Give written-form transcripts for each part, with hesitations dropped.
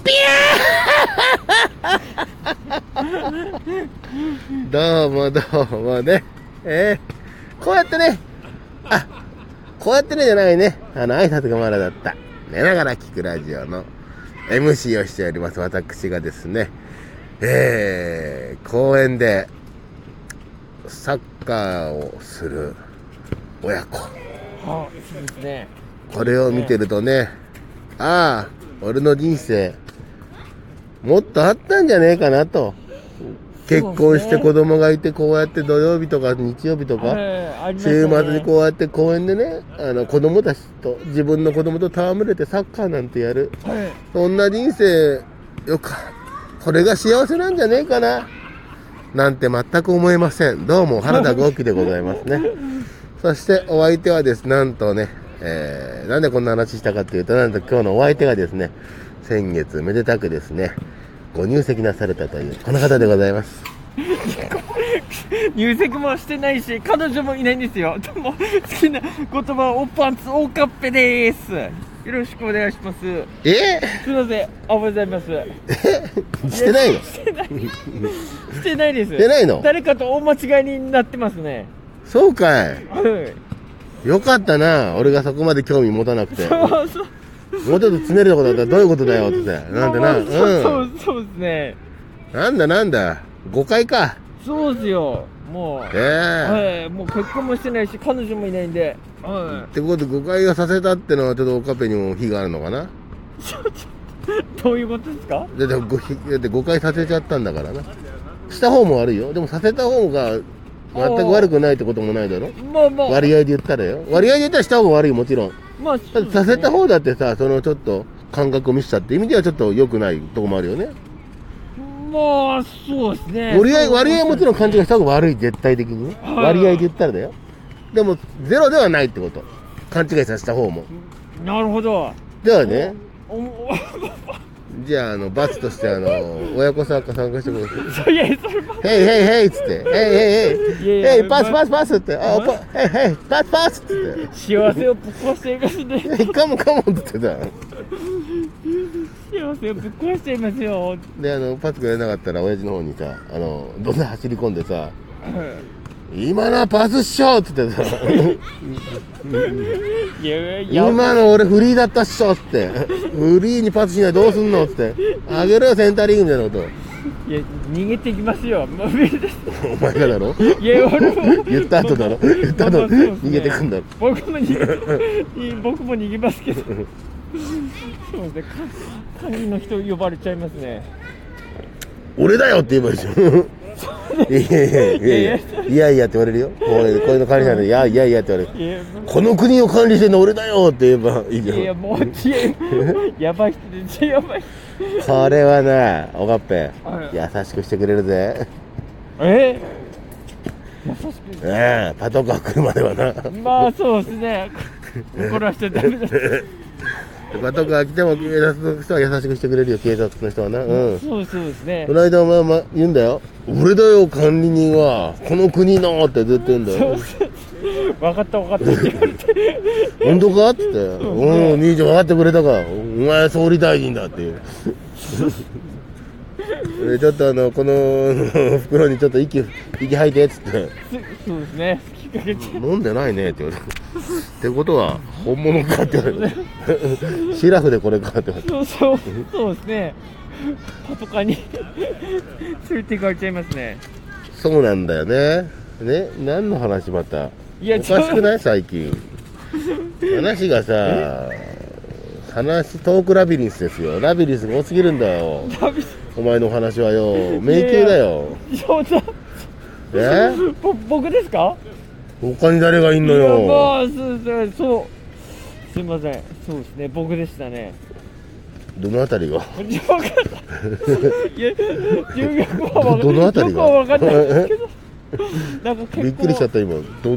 どうもどうもね。こうやってね、こうやってねじゃないね。挨拶がまだだった。寝ながら聞くラジオの MC をしております。私がですね、公園でサッカーをする親子。 そうですね。 これを見てるとね、俺の人生、もっとあったんじゃねえかなと。結婚して子供がいて、こうやって土曜日とか日曜日とか、週末にこうやって公園でね、子供たちと、自分の子供と戯れてサッカーなんてやる。そんな人生、これが幸せなんじゃねえかな。なんて全く思えません。どうも原田豪輝でございますね。そしてお相手はです、なんとね、なんでこんな話したかっていうと、なんと今日のお相手がですね、先月めでたくですね、ご入籍なされたというこの方でございます。 入籍もしてないし、彼女もいないんですよ。でも好きな言葉はおパンツおかっぺです。よろしくお願いします。すみません、おはようございます。 してないの？ してないです。 してないの？ 誰かと大間違いになってますね。 そうかい。よかったな、俺がそこまで興味持たなくて。もうちょっと詰めるとこだったらどういうことだよって。なんでな。 そうですね。 なんだ。誤解か。 そうですよ。もう。もう結婚もしてないし、彼女もいないんで。 ってことで誤解をさせたってのはちょっとオカペにも非があるのかな。 どういうことですか？ だって誤解させちゃったんだからな。した方も悪いよ。でもさせた方が全く悪くないってこともないだろ。割合で言ったらよ。割合で言ったらした方が悪い、もちろん。させた方だってさ、ちょっと感覚を見せたって意味ではちょっと良くないとこもあるよね。 そうですね。 割合はもちろん勘違いした方が悪い、絶対的にね。割合で言ったらだよ。でもゼロではないってこと。勘違いさせた方も。 なるほど。 ではね、じゃあ罰として親子サッカー参加してください。ヘイっつって、ヘイパスって、ヘイパスって言って、 幸せをぶっ壊していますね。 カモンって言ってた。 幸せをぶっ壊しちゃいますよ。 でパスくれなかったら親父の方にさ、どんどん走り込んでさ、今のはパスっしょって言ってさ、今の俺フリーだったっしょって、フリーにパスしないどうすんのって、あげろよセンタリングみたいなこと。 いや、逃げていきますよ。 お前がだろ。 いや、俺も言った後だろ。言った後逃げてくんだろ。 僕も逃げますけど。そうですね。管理の人呼ばれちゃいますね。 俺だよって言えばいいじゃん。いやって言われるよ。こういうの管理者で、いやって言われる。この国を管理してんの俺だよって言えばいいじゃん。 いや、もうやばい人で、やばい。 これはな、おかっぺ、優しくしてくれるぜ。 優しく。 パトカー来るまではな。 そうですね。怒らしちゃダメだ。 パトカー来ても警察の人は優しくしてくれるよ、警察の人はな。 そうですね。 この間お前言うんだよ。俺だよ管理人は、この国のってずっと言うんだよ。 分かったって言われて。 本当かって言って、兄ちゃん分かってくれたか、お前総理大臣だっていう。でちょっとこの袋にちょっと息吐いてっつって。 そうですね。 飲んでないねって言われて。ってことは本物かって言われて。シラフでこれかって言われて。 そうですね。パトカーに連れて行かれちゃいますね。 そうなんだよね。何の話また。おかしくない最近。話がさ、トークラビリンスですよ。ラビリンスが多すぎるんだよ。お前の話はよ、迷宮だよ。 僕ですか？ 他に誰がいんのよ。 そう。すいません。そうですね。僕でしたね。 どのあたりが？ どのあたりが？わかんないですけど。 びっくりしちゃった今。ど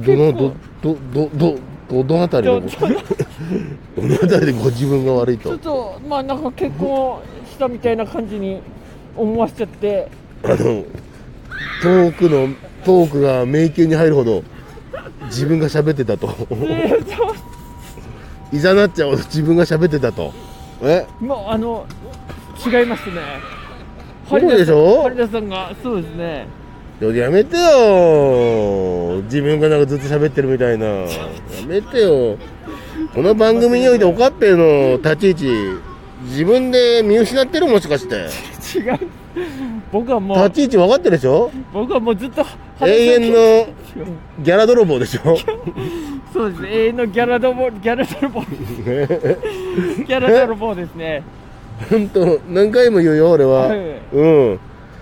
のあたりの？どのあたりでご自分が悪いと？ ちょっとなんか結婚したみたいな感じに思わせちゃって。 トークが迷宮に入るほど自分が喋ってたと。いざなっちゃう自分が喋ってたと。 もう違いますね。 そうでしょ。 張田さんが、そうですね。 やめてよ、自分がなんかずっと喋ってるみたいな。やめてよ。この番組においておかっぺの立ち位置、自分で見失ってる、もしかして。 違う。僕はもう立ち位置分かってるでしょ。 僕はもうずっと永遠のギャラ泥棒でしょ。 そうですね、永遠のギャラ泥棒ギャラ泥棒ですね。 本当何回も言うよ俺は、うん。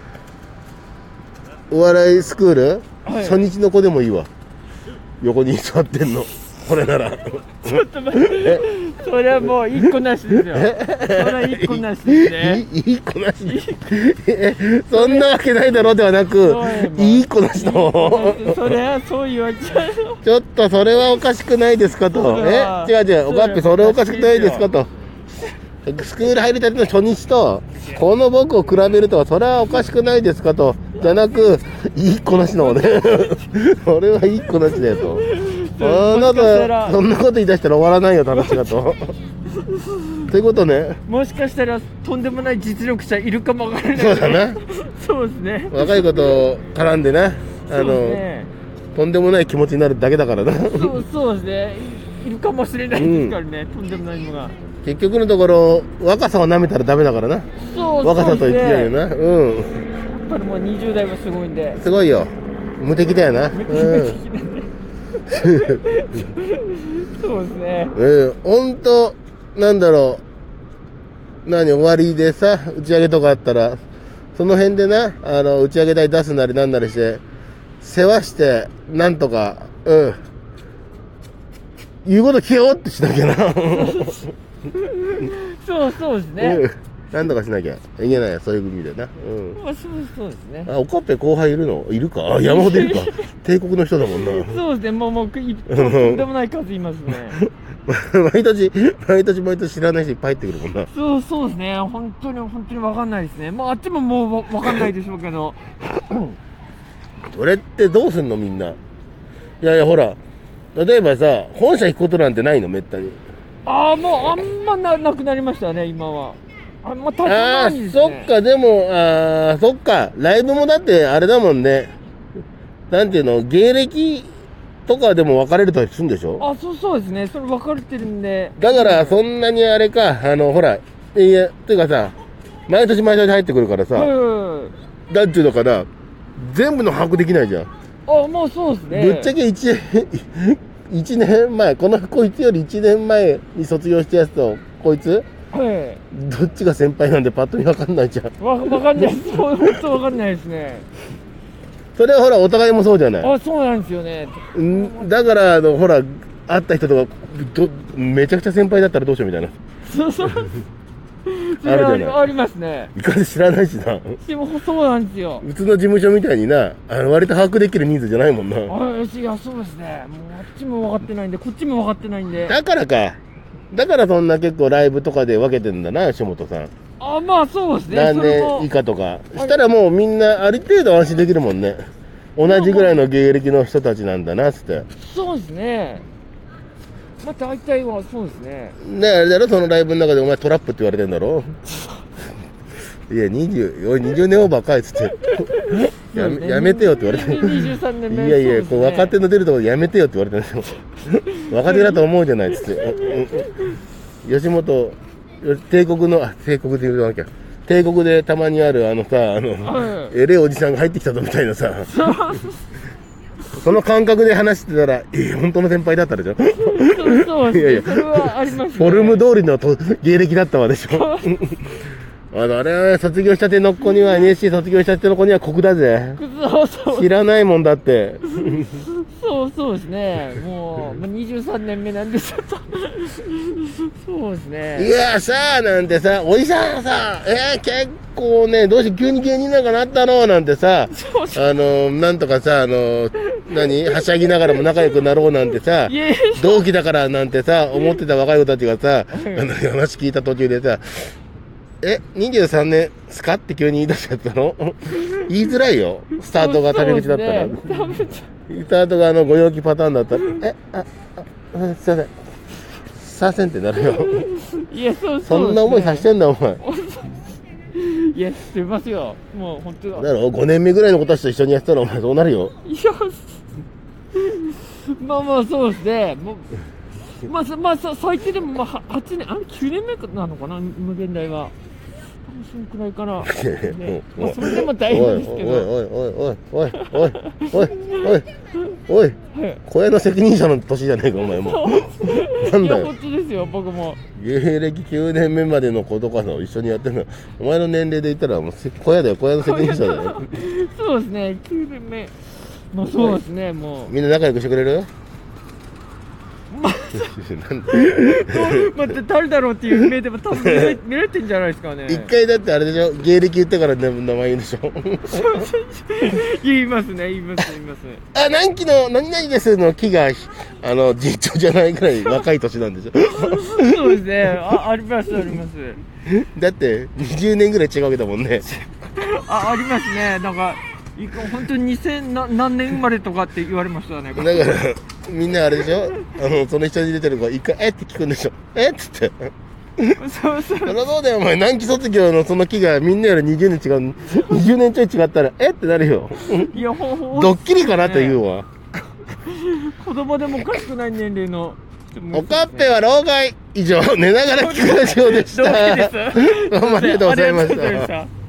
お笑いスクール、初日の子でもいいわ。横に座ってんのこれなら。 ちょっと待って、それはもう一個なしですよ。それは一個なしですね。 いい子なし。そんなわけないだろうではなく、いい子なしの。 それはそう言われちゃう。 ちょっとそれはおかしくないですかと。違う違う、おかっぺそれおかしくないですかと。スクール入りたての初日とこの僕を比べるとそれはおかしくないですかと、じゃなく、いい子なしのね。俺はいい子なしだよと。あなたそんなこと言い出したら終わらないよ話がと。ということね。 もしかしたらとんでもない実力者いるかもわからない。 そうだな。 そうですね。 若い子と絡んでな、とんでもない気持ちになるだけだからな。 そうですね。いるかもしれないですからね、とんでもないのが。 結局のところ若さを舐めたらダメだからな。若さと勢いよな。やっぱりもう20代はすごいんで。 すごいよ。無敵だよな。 そうですね。 本当なんだろう。終わりでさ、打ち上げとかあったら、その辺でな、打ち上げ代出すなりなんなりして、世話して、なんとか、言うこと聞こうってしなきゃな。 そうですね。 なんとかしなきゃいけないよ、そういう意味でな。 そうですね。 おかっぺ後輩いるの？いるか？山ほどいるか。帝国の人だもんな。 そうですね。もうとんでもない数いますね。 毎年知らない人いっぱい入ってくるもんな。 そうですね。本当に分かんないですね。あっちももう分かんないでしょうけど。 それってどうすんのみんな。いやほら、例えばさ、本社行くことなんてないのめったに。 もうあんまなくなりましたね今は。 そっか、でも、そっか、ライブもだってあれだもんね。なんていうの、芸歴とかでも分かれるとするんでしょ？ そうですね。それ分かれてるんで。 だから、そんなにあれか、ほら、というかさ、毎年入ってくるからさ、なんていうのかな、全部の把握できないじゃん。 もうそうですね。 ぶっちゃけ1年前、こいつより1年前に卒業したやつと、こいつどっちが先輩なんでパッと見分かんないじゃん。 分かんない。本当分かんないですね。 それはほらお互いもそうじゃない。 そうなんですよね。 だからほら会った人とかめちゃくちゃ先輩だったらどうしようみたいな。あるじゃない。 ありますね。 いかんせん知らないしな。 でもそうなんですよ。 うちの事務所みたいにな、割と把握できる人数じゃないもんな。 いやそうですね。もうあっちも分かってないんでこっちも分かってないんで。 だからそんな結構ライブとかで分けてんだな、吉本さん。 そうですね。 何年以下とかしたらもうみんなある程度安心できるもんね。同じぐらいの芸歴の人たちなんだなっつって。 そうですね。大体はそうですね。 であれだろ、そのライブの中でお前トラップって言われてんだろ。いや20年オーバーかいっつってやめてよって言われて。 23年目。 いやこう若手の出るところでやめてよって言われてるんですよ。若手だと思うじゃないっつって。吉本帝国で言うなきゃ、帝国でたまにあるエレおじさんが入ってきたぞみたいなさ。その感覚で話してたら、本当の先輩だったでしょ。 そうですね。それはありますね。 フォルム通りの芸歴だったわでしょ。あれ卒業したての子には NSC 卒業したての子には酷だぜ。知らないもんだって。 そうですね。もう23年目なんでちょっとそうですね。 いやさなんてさ、おじさんさ、結構ね、どうして急に芸人なんかなったのなんてさ、なんとかさ、はしゃぎながらも仲良くなろうなんてさ、同期だからなんてさ思ってた若い子たちがさ、話聞いた途中でさ、23年すかって急に言い出しちゃったの。言いづらいよ、スタートがタメ口だったら。スタートがご陽気パターンだったら、すいませんってなるよ。 いやそんな思いさせてんだお前。 いや、知ってますよ。もう本当だろ、5年目ぐらいの子たちと一緒にやってたらお前そうなるよ。 いや、まあまあそうですね。もうまあ最低でもまあ8年、9年目なのかな、無限大は。そのくらいかな。ね、まあそれでも大変ですけど。 おいおいおいおいおいおいおいおいおい、小屋の責任者の年じゃねえかお前も。なんだよ。 本当ですよ、僕も。 芸歴9年目までの子とかの一緒にやってるの。お前の年齢で言ったらもう小屋だよ、小屋の責任者だよ。 そうですね、9年目。まあそうですね、もう。 みんな仲良くしてくれる？ 待って、誰だろうっていう目でも多分見られてんじゃないですかね。 一回だってあれでしょ、芸歴言ったから名前言うんでしょ。 言いますね。 あ、何期の何々ですの期が実長じゃないぐらい若い年なんでしょ。 そうですね、あります。 だって20年ぐらい違うわけだもんね。 ありますね。なんか本当に2000何年生まれとかって言われましたね。 だからみんなあれでしょ、その人に出てる子一回って聞くんでしょ。っつって。そうだよお前、何期卒業のその期がみんなより20年違う、20年ちょい違ったらってなるよ。 いや、 ドッキリかなと言うわ。 子供でもおかしくない年齢の。 おかっぺは老害。以上、寝ながら聞くラジオでした。どうもありがとうございました。